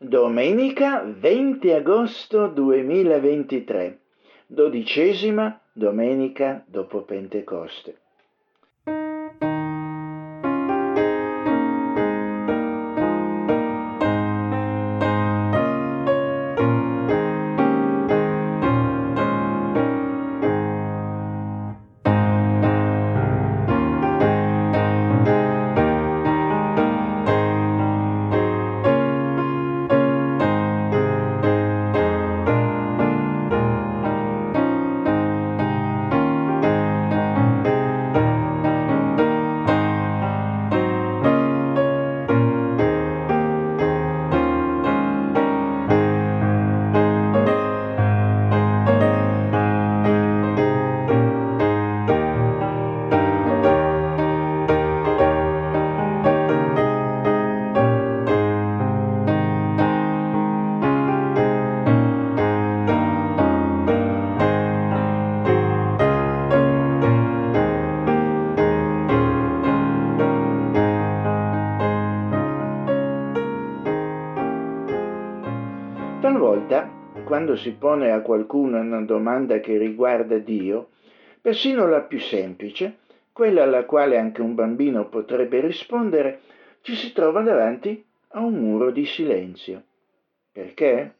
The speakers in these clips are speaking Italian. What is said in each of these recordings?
Domenica 20 agosto 2023, 12ª domenica dopo Pentecoste. Talvolta, quando si pone a qualcuno una domanda che riguarda Dio, persino la più semplice, quella alla quale anche un bambino potrebbe rispondere, ci si trova davanti a un muro di silenzio. Perché?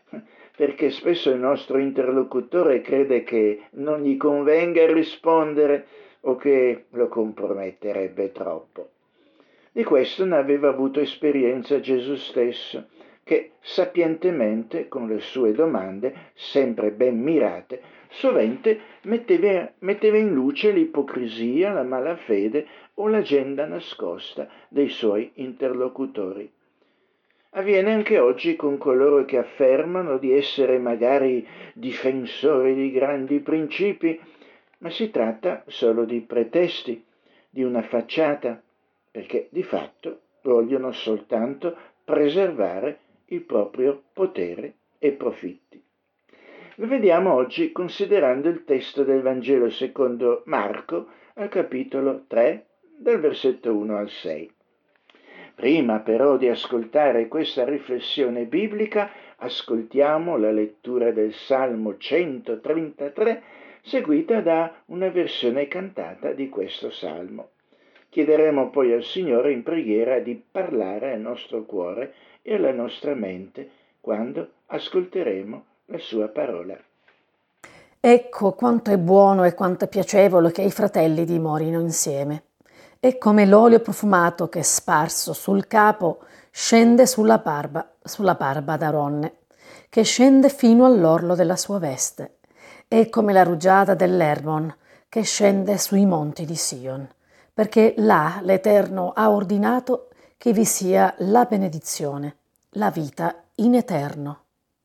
Perché spesso il nostro interlocutore crede che non gli convenga rispondere o che lo comprometterebbe troppo. Di questo ne aveva avuto esperienza Gesù stesso, che sapientemente, con le sue domande, sempre ben mirate, sovente metteva in luce l'ipocrisia, la malafede o l'agenda nascosta dei suoi interlocutori. Avviene anche oggi con coloro che affermano di essere magari difensori di grandi principi, ma si tratta solo di pretesti, di una facciata, perché di fatto vogliono soltanto preservare il proprio potere e profitti. Lo vediamo oggi considerando il testo del Vangelo secondo Marco al capitolo 3, dal versetto 1 al 6. Prima però di ascoltare questa riflessione biblica, ascoltiamo la lettura del Salmo 133, seguita da una versione cantata di questo Salmo. Chiederemo poi al Signore in preghiera di parlare al nostro cuore e alla nostra mente quando ascolteremo la sua parola. Ecco quanto è buono e quanto è piacevole che i fratelli dimorino insieme. È come l'olio profumato che sparso sul capo scende sulla barba d'Aronne, che scende fino all'orlo della sua veste. È come la rugiada dell'Hermon che scende sui monti di Sion, perché là l'Eterno ha ordinato che vi sia la benedizione, la vita in eterno.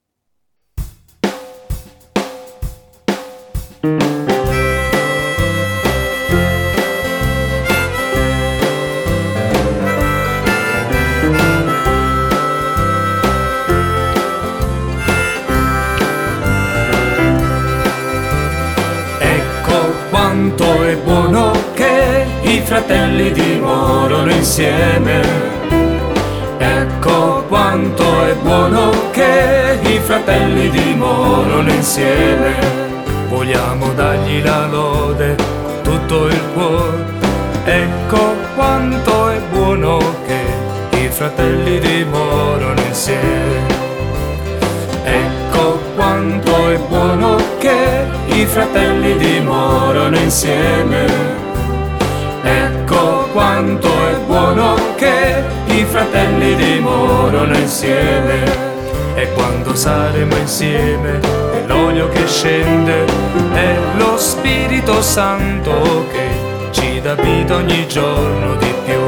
Ecco quanto è buono che i fratelli dimorano insieme. Ecco quanto è buono che i fratelli dimorano insieme. Vogliamo dargli la lode con tutto il cuore. Ecco quanto è buono che i fratelli dimorano insieme. Ecco quanto è buono che i fratelli dimorano insieme. Ecco quanto è buono che i fratelli dimorano insieme. E quando saremo insieme è l'olio che scende, è lo Spirito Santo che ci dà vita ogni giorno di più.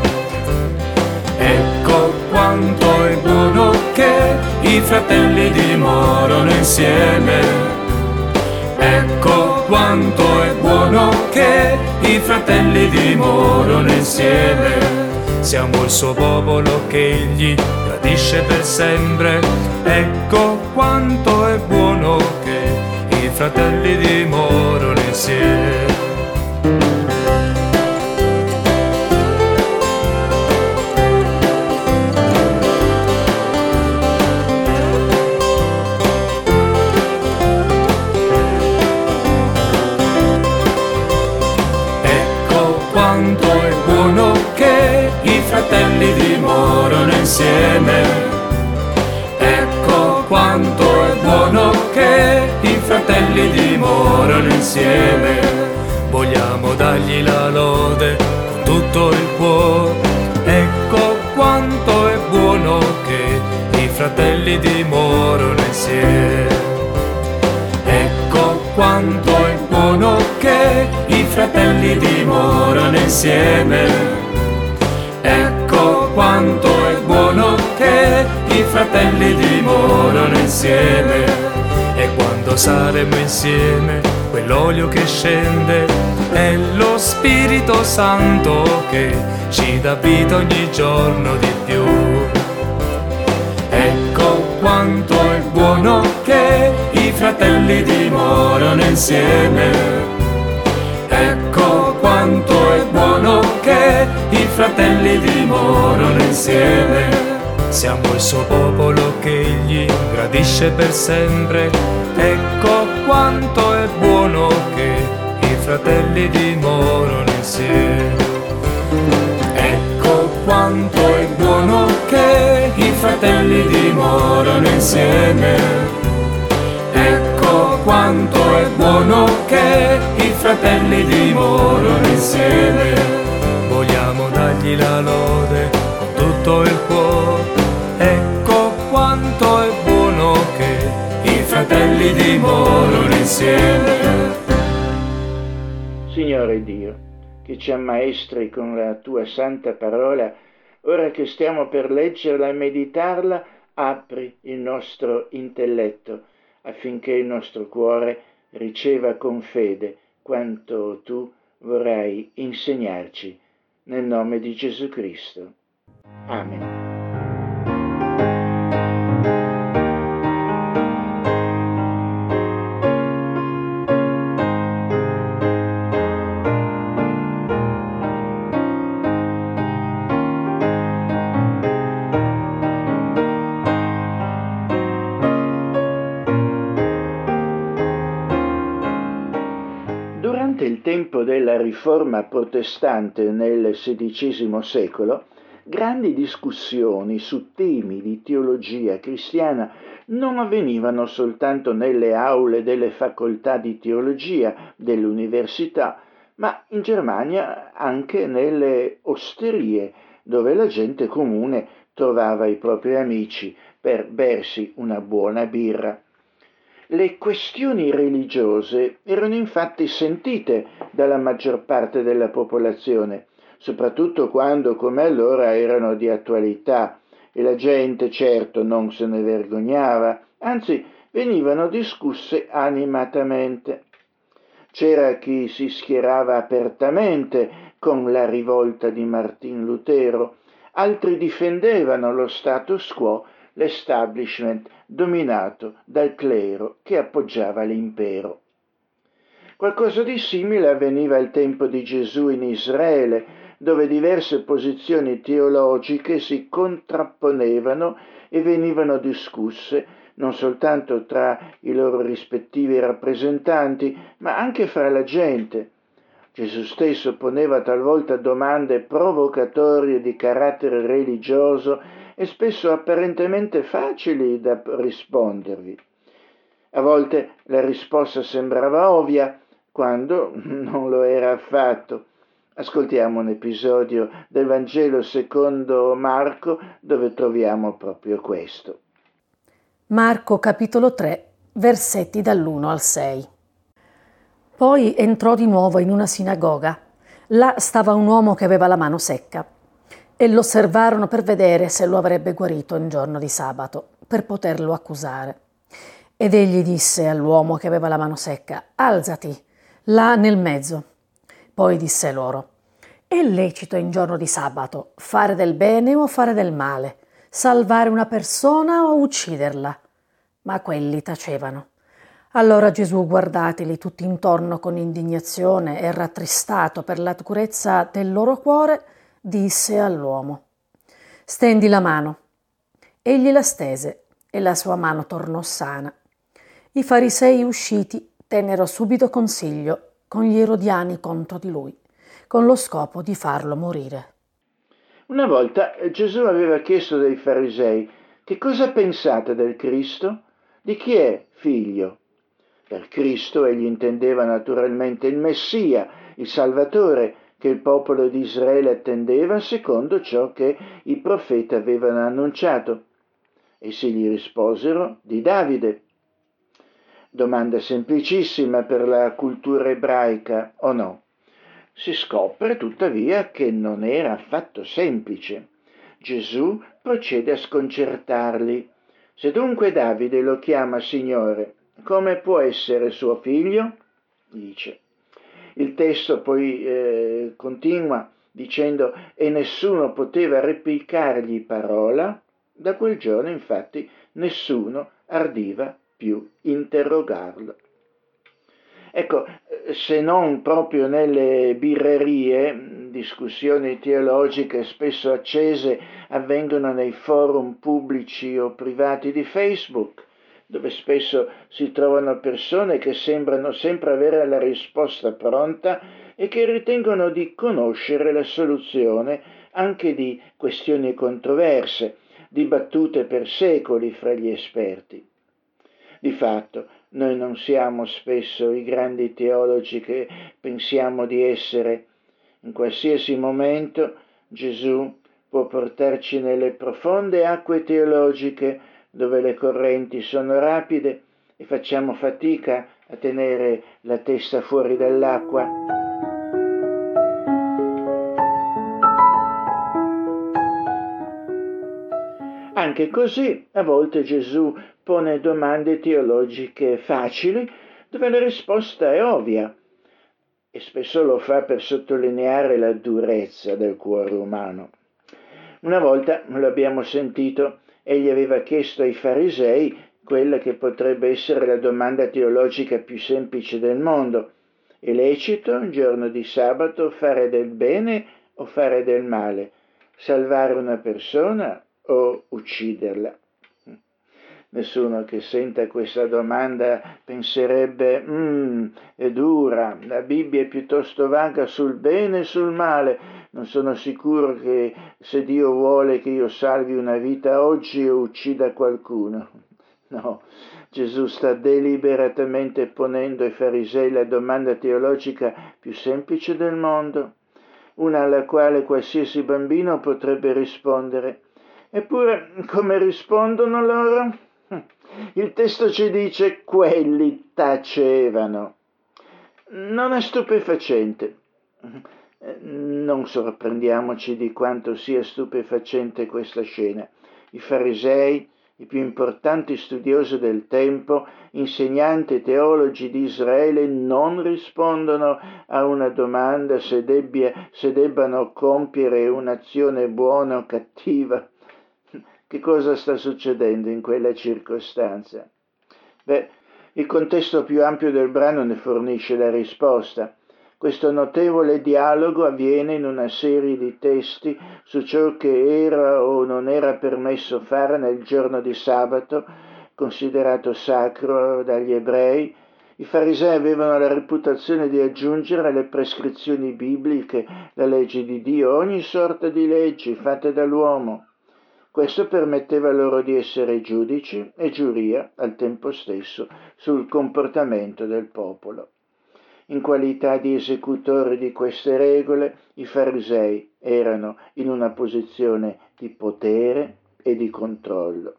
Ecco quanto è buono che i fratelli dimorano insieme. Ecco quanto è buono che i fratelli dimorano insieme. Siamo il suo popolo che egli gradisce per sempre. Ecco quanto è buono che i fratelli dimorano insieme. fratelli dimorano insieme. Vogliamo dargli la lode con tutto il cuore. Ecco quanto è buono che i fratelli dimorano insieme. Ecco quanto è buono che i fratelli dimorano insieme. Ecco quanto è buono che i fratelli dimorano insieme. E quando saremo insieme, quell'olio che scende è lo Spirito Santo che ci dà vita ogni giorno di più. Ecco quanto è buono che i fratelli dimorano insieme. Ecco quanto è buono che i fratelli dimorano insieme. Siamo il suo popolo che egli gradisce per sempre. Ecco quanto è buono che i fratelli dimorano insieme. Ecco quanto è buono che i fratelli dimorano insieme. Ecco quanto è buono che i fratelli dimorano insieme. Vogliamo dargli la lode con tutto il cuore. Ecco quanto è buono che i fratelli dimorano insieme. Signore Dio, che ci ammaestri con la tua santa parola, ora che stiamo per leggerla e meditarla, apri il nostro intelletto affinché il nostro cuore riceva con fede quanto tu vorrai insegnarci. Nel nome di Gesù Cristo. Amen. Durante il tempo della Riforma protestante nel XVI secolo, grandi discussioni su temi di teologia cristiana non avvenivano soltanto nelle aule delle facoltà di teologia dell'università, ma in Germania anche nelle osterie, dove la gente comune trovava i propri amici per bersi una buona birra. Le questioni religiose erano infatti sentite dalla maggior parte della popolazione, soprattutto quando, come allora, erano di attualità, e la gente certo non se ne vergognava, anzi venivano discusse animatamente. C'era chi si schierava apertamente con la rivolta di Martin Lutero, altri difendevano lo status quo, l'establishment dominato dal clero che appoggiava l'impero. Qualcosa di simile avveniva al tempo di Gesù in Israele, dove diverse posizioni teologiche si contrapponevano e venivano discusse non soltanto tra i loro rispettivi rappresentanti, ma anche fra la gente. Gesù stesso poneva talvolta domande provocatorie di carattere religioso e spesso apparentemente facili da rispondervi. A volte la risposta sembrava ovvia, quando non lo era affatto. Ascoltiamo un episodio del Vangelo secondo Marco, dove troviamo proprio questo. Marco capitolo 3, versetti dall'1 al 6. Poi entrò di nuovo in una sinagoga. Là stava un uomo che aveva la mano secca e lo osservarono per vedere se lo avrebbe guarito in giorno di sabato, per poterlo accusare. Ed egli disse all'uomo che aveva la mano secca: alzati, là nel mezzo. Poi disse loro: è lecito in giorno di sabato fare del bene o fare del male, salvare una persona o ucciderla? Ma quelli tacevano. Allora Gesù, guardateli tutti intorno con indignazione e rattristato per la durezza del loro cuore, disse all'uomo: stendi la mano. Egli la stese e la sua mano tornò sana. I farisei usciti tennero subito consiglio con gli erodiani contro di lui, con lo scopo di farlo morire. Una volta Gesù aveva chiesto dai farisei: che cosa pensate del Cristo? Di chi è figlio? Per Cristo egli intendeva naturalmente il Messia, il Salvatore, che il popolo di Israele attendeva secondo ciò che i profeti avevano annunciato. Essi gli risposero di Davide. Domanda semplicissima per la cultura ebraica, o no? Si scopre tuttavia che non era affatto semplice. Gesù procede a sconcertarli. Se dunque Davide lo chiama Signore, come può essere suo figlio? Dice. Il testo poi continua dicendo e nessuno poteva replicargli parola. Da quel giorno infatti nessuno ardiva più interrogarlo. Ecco, se non proprio nelle birrerie, discussioni teologiche spesso accese avvengono nei forum pubblici o privati di Facebook, dove spesso si trovano persone che sembrano sempre avere la risposta pronta e che ritengono di conoscere la soluzione anche di questioni controverse, dibattute per secoli fra gli esperti. Di fatto, noi non siamo spesso i grandi teologi che pensiamo di essere. In qualsiasi momento Gesù può portarci nelle profonde acque teologiche dove le correnti sono rapide e facciamo fatica a tenere la testa fuori dall'acqua. Anche così, a volte Gesù pone domande teologiche facili, dove la risposta è ovvia, e spesso lo fa per sottolineare la durezza del cuore umano. Una volta, lo abbiamo sentito, egli aveva chiesto ai farisei quella che potrebbe essere la domanda teologica più semplice del mondo. È lecito, un giorno di sabato, fare del bene o fare del male? Salvare una persona o ucciderla? Nessuno che senta questa domanda penserebbe è dura, la Bibbia è piuttosto vaga sul bene e sul male, non sono sicuro che se Dio vuole che io salvi una vita oggi o uccida qualcuno. No, Gesù sta deliberatamente ponendo ai farisei la domanda teologica più semplice del mondo, una alla quale qualsiasi bambino potrebbe rispondere. Eppure, come rispondono loro? Il testo ci dice quelli tacevano. Non è stupefacente. Non sorprendiamoci di quanto sia stupefacente questa scena. I farisei, i più importanti studiosi del tempo, insegnanti e teologi di Israele, non rispondono a una domanda se debbano compiere un'azione buona o cattiva. Che cosa sta succedendo in quella circostanza? Il contesto più ampio del brano ne fornisce la risposta. Questo notevole dialogo avviene in una serie di testi su ciò che era o non era permesso fare nel giorno di sabato, considerato sacro dagli ebrei. I farisei avevano la reputazione di aggiungere alle prescrizioni bibliche, la legge di Dio, ogni sorta di leggi fatte dall'uomo. Questo permetteva loro di essere giudici e giuria al tempo stesso sul comportamento del popolo. In qualità di esecutori di queste regole, i farisei erano in una posizione di potere e di controllo.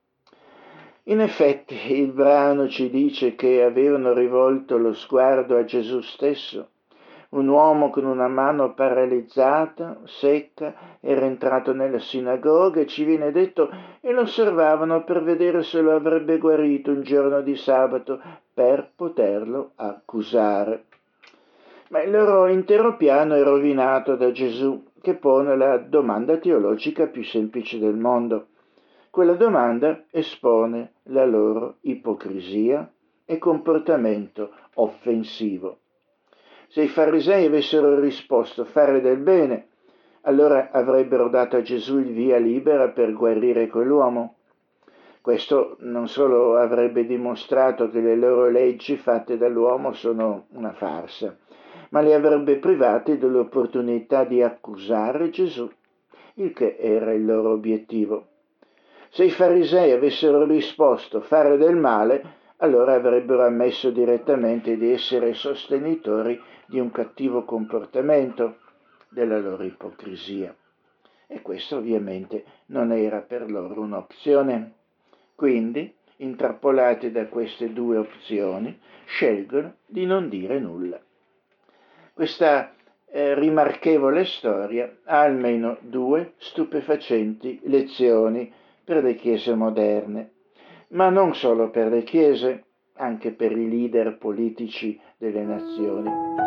In effetti, il brano ci dice che avevano rivolto lo sguardo a Gesù stesso. Un uomo con una mano paralizzata, secca, era entrato nella sinagoga e ci viene detto e lo osservavano per vedere se lo avrebbe guarito un giorno di sabato per poterlo accusare. Ma il loro intero piano è rovinato da Gesù, che pone la domanda teologica più semplice del mondo. Quella domanda espone la loro ipocrisia e comportamento offensivo. Se i farisei avessero risposto fare del bene, allora avrebbero dato a Gesù il via libera per guarire quell'uomo. Questo non solo avrebbe dimostrato che le loro leggi fatte dall'uomo sono una farsa, ma li avrebbe privati dell'opportunità di accusare Gesù, il che era il loro obiettivo. Se i farisei avessero risposto fare del male, allora avrebbero ammesso direttamente di essere sostenitori di un cattivo comportamento, della loro ipocrisia. E questo ovviamente non era per loro un'opzione. Quindi, intrappolati da queste due opzioni, scelgono di non dire nulla. Questa rimarchevole storia ha almeno due stupefacenti lezioni per le chiese moderne, ma non solo per le chiese, anche per i leader politici delle nazioni.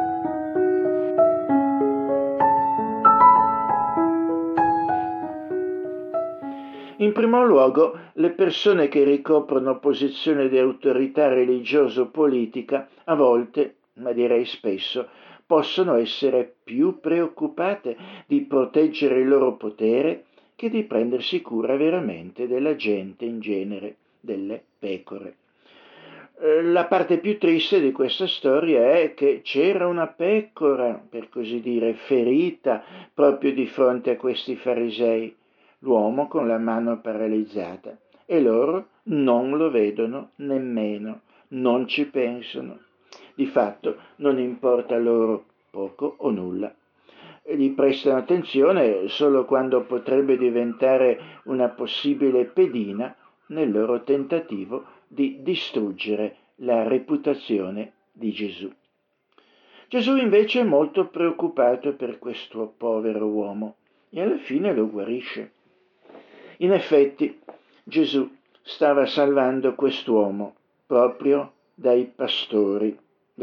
In primo luogo, le persone che ricoprono posizioni di autorità religioso-politica a volte, ma direi spesso, possono essere più preoccupate di proteggere il loro potere che di prendersi cura veramente della gente in genere, delle pecore. La parte più triste di questa storia è che c'era una pecora, per così dire, ferita proprio di fronte a questi farisei, l'uomo con la mano paralizzata, e loro non lo vedono nemmeno, non ci pensano. Di fatto non importa loro poco o nulla. Gli prestano attenzione solo quando potrebbe diventare una possibile pedina nel loro tentativo di distruggere la reputazione di Gesù. Gesù invece è molto preoccupato per questo povero uomo e alla fine lo guarisce. In effetti, Gesù stava salvando quest'uomo proprio dai pastori,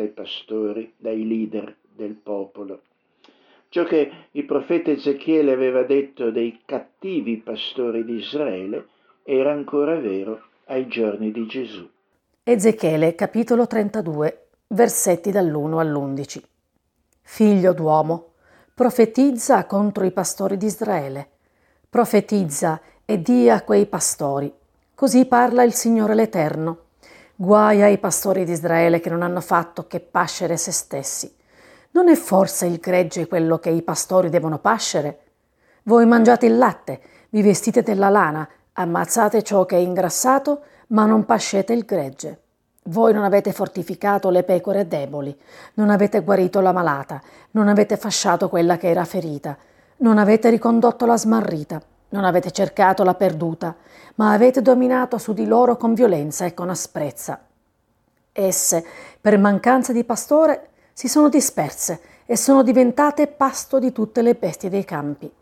dai leader del popolo. Ciò che il profeta Ezechiele aveva detto dei cattivi pastori di Israele era ancora vero ai giorni di Gesù. Ezechiele, capitolo 32, versetti dall'1 all'11. Figlio d'uomo, profetizza contro i pastori di Israele. Profetizza e di a quei pastori. Così parla il Signore l'Eterno. Guai ai pastori di Israele che non hanno fatto che pascere se stessi. Non è forse il gregge quello che i pastori devono pascere? Voi mangiate il latte, vi vestite della lana, ammazzate ciò che è ingrassato, ma non pascete il gregge. Voi non avete fortificato le pecore deboli, non avete guarito la malata, non avete fasciato quella che era ferita, non avete ricondotto la smarrita, non avete cercato la perduta, ma avete dominato su di loro con violenza e con asprezza. Esse, per mancanza di pastore, si sono disperse e sono diventate pasto di tutte le bestie dei campi.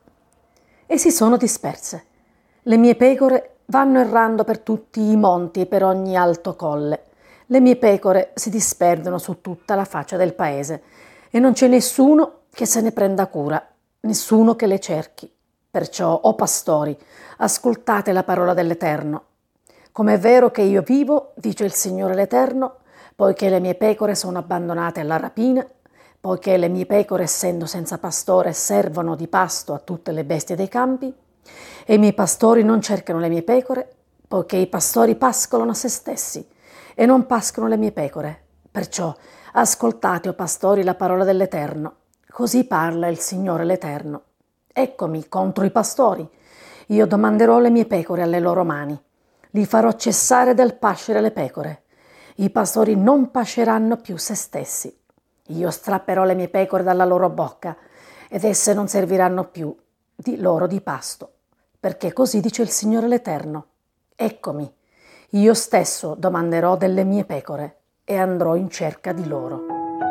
E si sono disperse. Le mie pecore vanno errando per tutti i monti e per ogni alto colle. Le mie pecore si disperdono su tutta la faccia del paese e non c'è nessuno che se ne prenda cura, nessuno che le cerchi. Perciò, o pastori, ascoltate la parola dell'Eterno. Come è vero che io vivo, dice il Signore l'Eterno, poiché le mie pecore sono abbandonate alla rapina, poiché le mie pecore, essendo senza pastore, servono di pasto a tutte le bestie dei campi, e i miei pastori non cercano le mie pecore, poiché i pastori pascolano a se stessi e non pascono le mie pecore. Perciò ascoltate, o pastori, la parola dell'Eterno. Così parla il Signore l'Eterno. Eccomi contro i pastori. Io domanderò le mie pecore alle loro mani. Li farò cessare dal pascere le pecore. I pastori non pasceranno più se stessi. Io strapperò le mie pecore dalla loro bocca ed esse non serviranno più di loro di pasto. Perché così dice il Signore l'Eterno. Eccomi, io stesso domanderò delle mie pecore e andrò in cerca di loro.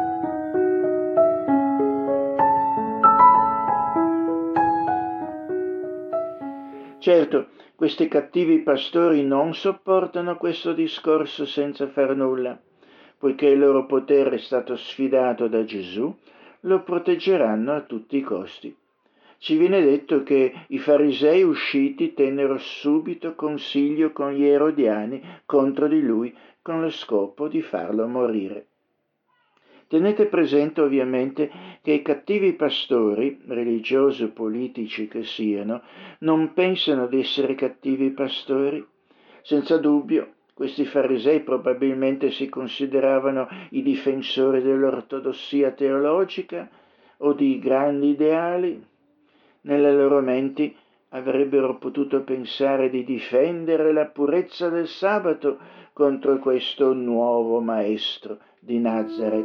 Certo, questi cattivi pastori non sopportano questo discorso senza far nulla, poiché il loro potere è stato sfidato da Gesù, lo proteggeranno a tutti i costi. Ci viene detto che i farisei usciti tennero subito consiglio con gli erodiani contro di lui con lo scopo di farlo morire. Tenete presente ovviamente che i cattivi pastori, religiosi o politici che siano, non pensano di essere cattivi pastori. Senza dubbio, questi farisei probabilmente si consideravano i difensori dell'ortodossia teologica o di grandi ideali. Nelle loro menti avrebbero potuto pensare di difendere la purezza del sabato contro questo nuovo maestro di Nazareth.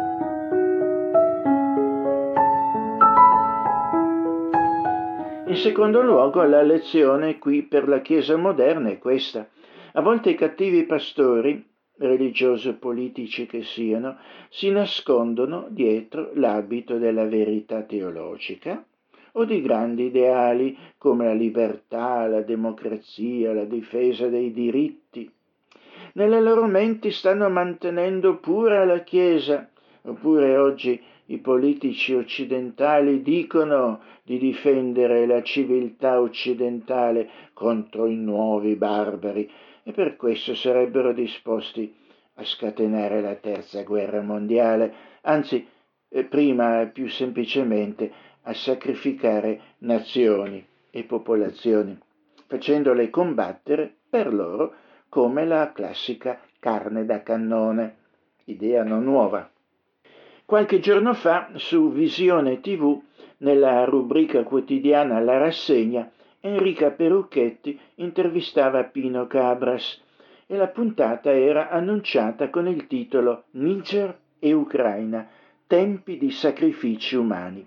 In secondo luogo, la lezione qui per la Chiesa moderna è questa. A volte i cattivi pastori, religiosi o politici che siano, si nascondono dietro l'abito della verità teologica o di grandi ideali come la libertà, la democrazia, la difesa dei diritti. Nelle loro menti stanno mantenendo pura la Chiesa, oppure oggi i politici occidentali dicono di difendere la civiltà occidentale contro i nuovi barbari e per questo sarebbero disposti a scatenare la terza guerra mondiale, anzi, prima più semplicemente a sacrificare nazioni e popolazioni, facendole combattere per loro come la classica carne da cannone, idea non nuova. Qualche giorno fa su Visione TV, nella rubrica quotidiana La Rassegna, Enrica Perucchetti intervistava Pino Cabras e la puntata era annunciata con il titolo Niger e Ucraina, tempi di sacrifici umani.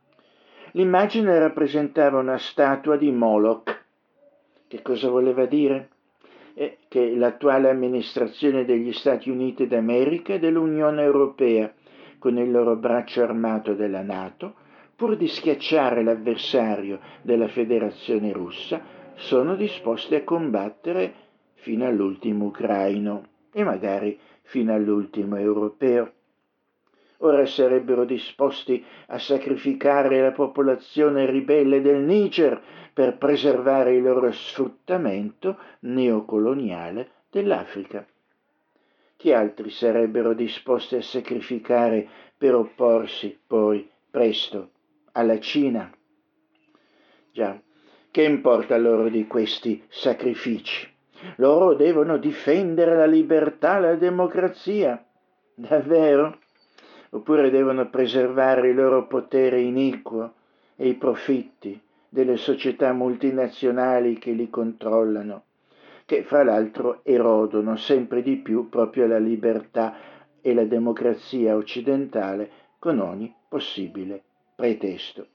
L'immagine rappresentava una statua di Moloch. Che cosa voleva dire? Che l'attuale amministrazione degli Stati Uniti d'America e dell'Unione Europea, con il loro braccio armato della NATO, pur di schiacciare l'avversario della Federazione Russa, sono disposti a combattere fino all'ultimo ucraino e magari fino all'ultimo europeo. Ora sarebbero disposti a sacrificare la popolazione ribelle del Niger per preservare il loro sfruttamento neocoloniale dell'Africa. Chi altri sarebbero disposti a sacrificare per opporsi poi presto alla Cina? Già, che importa loro di questi sacrifici? Loro devono difendere la libertà, la democrazia. Davvero? Oppure devono preservare il loro potere iniquo e i profitti delle società multinazionali che li controllano, che fra l'altro erodono sempre di più proprio la libertà e la democrazia occidentale con ogni possibile pretesto.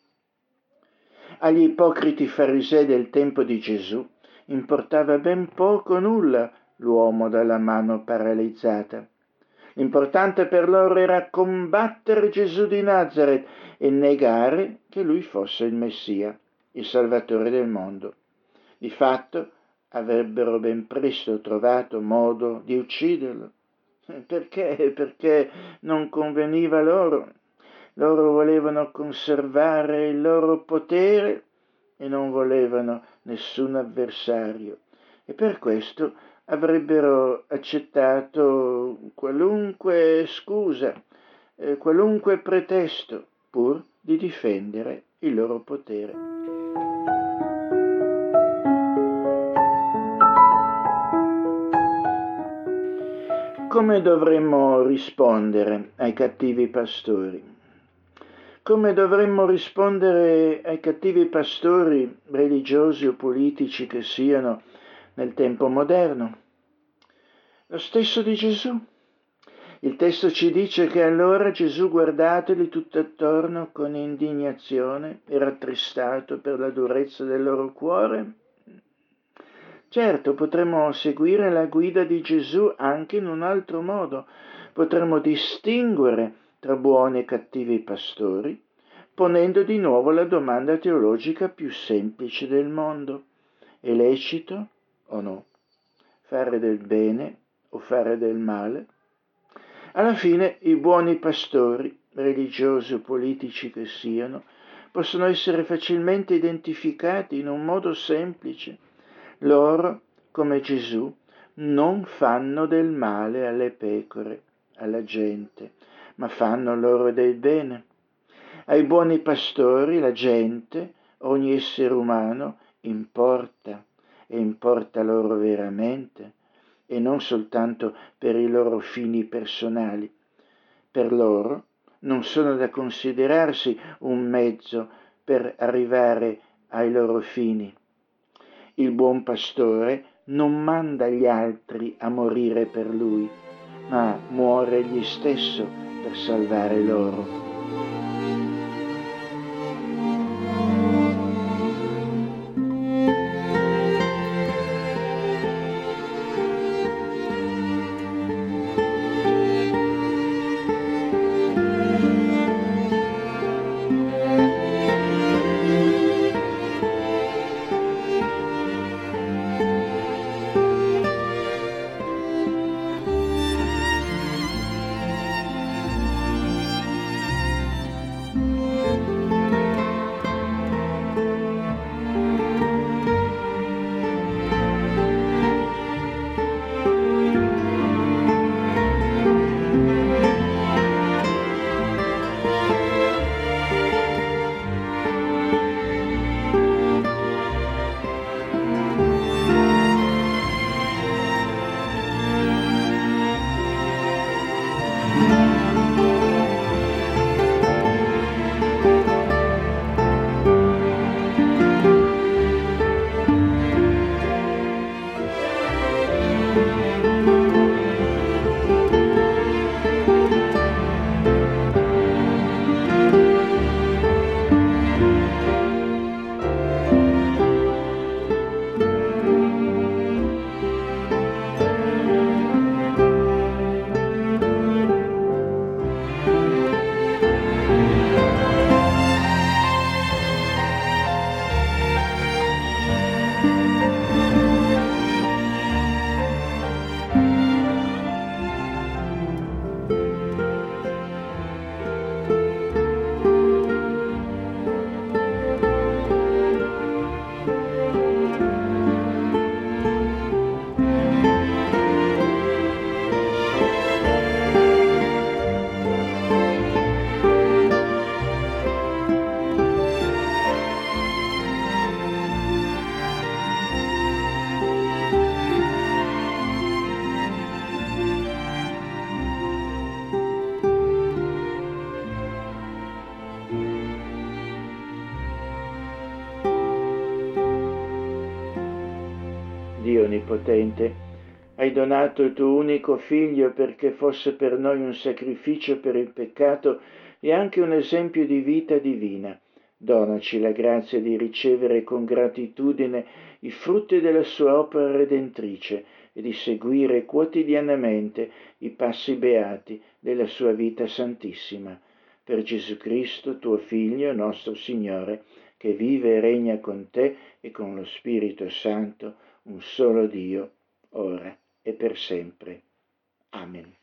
Agli ipocriti farisei del tempo di Gesù importava ben poco nulla l'uomo dalla mano paralizzata. L'importante per loro era combattere Gesù di Nazareth e negare che lui fosse il Messia, il Salvatore del mondo. Di fatto avrebbero ben presto trovato modo di ucciderlo. Perché? Perché non conveniva loro. Loro volevano conservare il loro potere e non volevano nessun avversario. E per questo avrebbero accettato qualunque scusa, qualunque pretesto, pur di difendere il loro potere. Come dovremmo rispondere ai cattivi pastori? Come dovremmo rispondere ai cattivi pastori, religiosi o politici che siano, nel tempo moderno? Lo stesso di Gesù. Il testo ci dice che allora Gesù, guardateli tutto attorno con indignazione e rattristato per la durezza del loro cuore. Certo, potremmo seguire la guida di Gesù anche in un altro modo. Potremmo distinguere tra buoni e cattivi pastori, ponendo di nuovo la domanda teologica più semplice del mondo. È lecito o no fare del bene o fare del male? Alla fine i buoni pastori, religiosi o politici che siano, possono essere facilmente identificati in un modo semplice. Loro, come Gesù, non fanno del male alle pecore, alla gente, ma fanno loro del bene. Ai buoni pastori, la gente, ogni essere umano, importa, e importa loro veramente, e non soltanto per i loro fini personali. Per loro non sono da considerarsi un mezzo per arrivare ai loro fini. Il buon pastore non manda gli altri a morire per lui, ma muore egli stesso per salvare loro. Dio Onnipotente, hai donato il tuo unico Figlio perché fosse per noi un sacrificio per il peccato e anche un esempio di vita divina. Donaci la grazia di ricevere con gratitudine i frutti della sua opera redentrice e di seguire quotidianamente i passi beati della sua vita santissima. Per Gesù Cristo, tuo Figlio, nostro Signore, che vive e regna con te e con lo Spirito Santo, un solo Dio, ora e per sempre. Amen.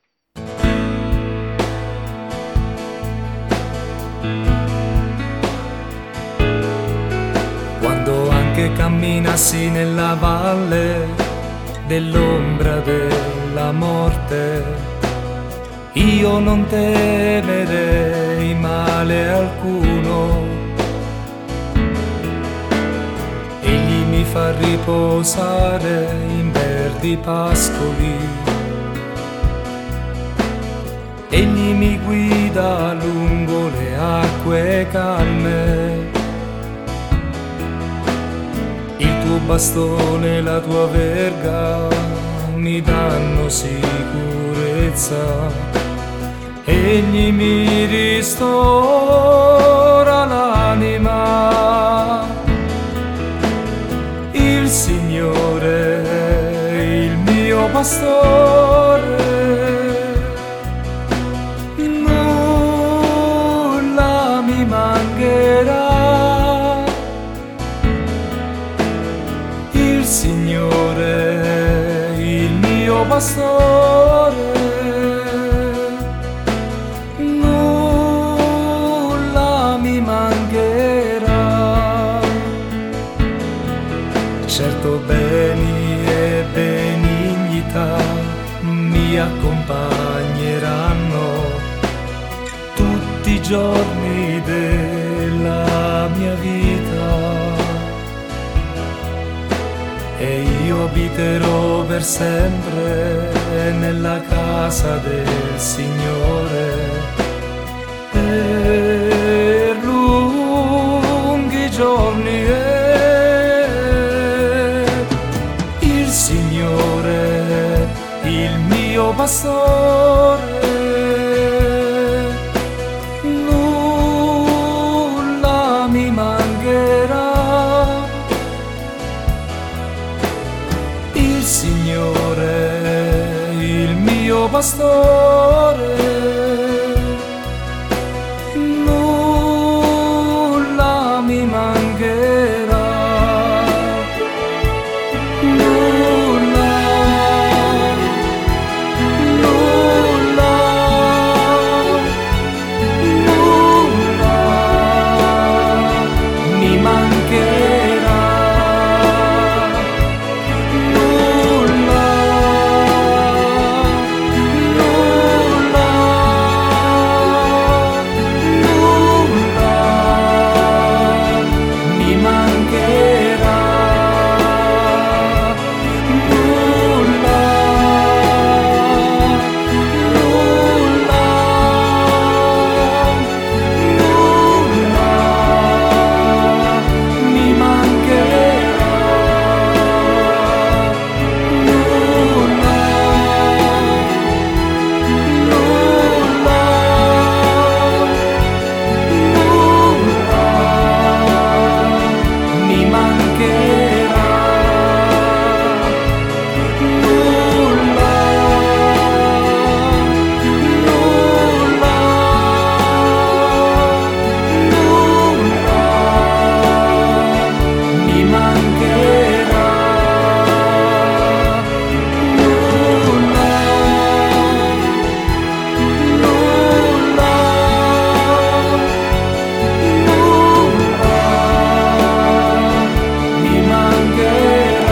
Quando anche camminassi nella valle dell'ombra della morte, io non temerei male alcuno. Egli mi fa riposare in verdi pascoli, egli mi guida lungo le acque calme. Il tuo bastone e la tua verga mi danno sicurezza, egli mi ristora l'anima. Il Signore è il mio pastore, nulla mi mancherà. Il Signore è il mio pastore, nulla mi mancherà. Certo beni e benignità mi accompagneranno tutti i giorni della mia vita, e io abiterò per sempre nella casa del Signore per lunghi giorni. pastore, nulla mi mancherà. Il Signore, il mio pastore, nulla mi mancherà. Nulla, nulla, nulla mi mancherà. Nulla, nulla, nulla mi mancherà. Nulla, nulla, nulla mi mancherà. Nulla, nulla, nulla mi mancherà. Nulla, nulla, nulla mi mancherà. Nulla, nulla, nulla mi mancherà.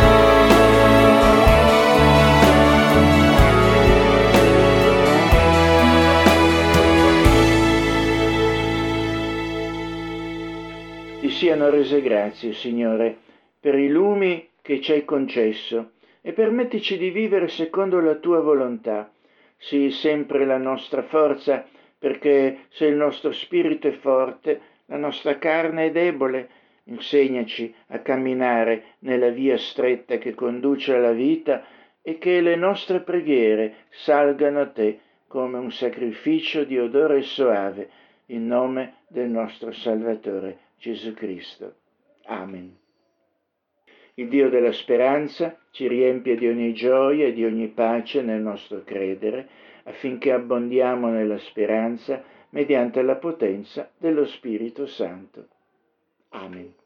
Ti siano rese grazie, Signore, per i lumi che ci hai concesso e permettici di vivere secondo la tua volontà. Sii sempre la nostra forza, perché se il nostro spirito è forte, la nostra carne è debole. Insegnaci a camminare nella via stretta che conduce alla vita e che le nostre preghiere salgano a te come un sacrificio di odore soave, in nome del nostro Salvatore Gesù Cristo. Amen. Il Dio della speranza ci riempie di ogni gioia e di ogni pace nel nostro credere, affinché abbondiamo nella speranza mediante la potenza dello Spirito Santo. Amen.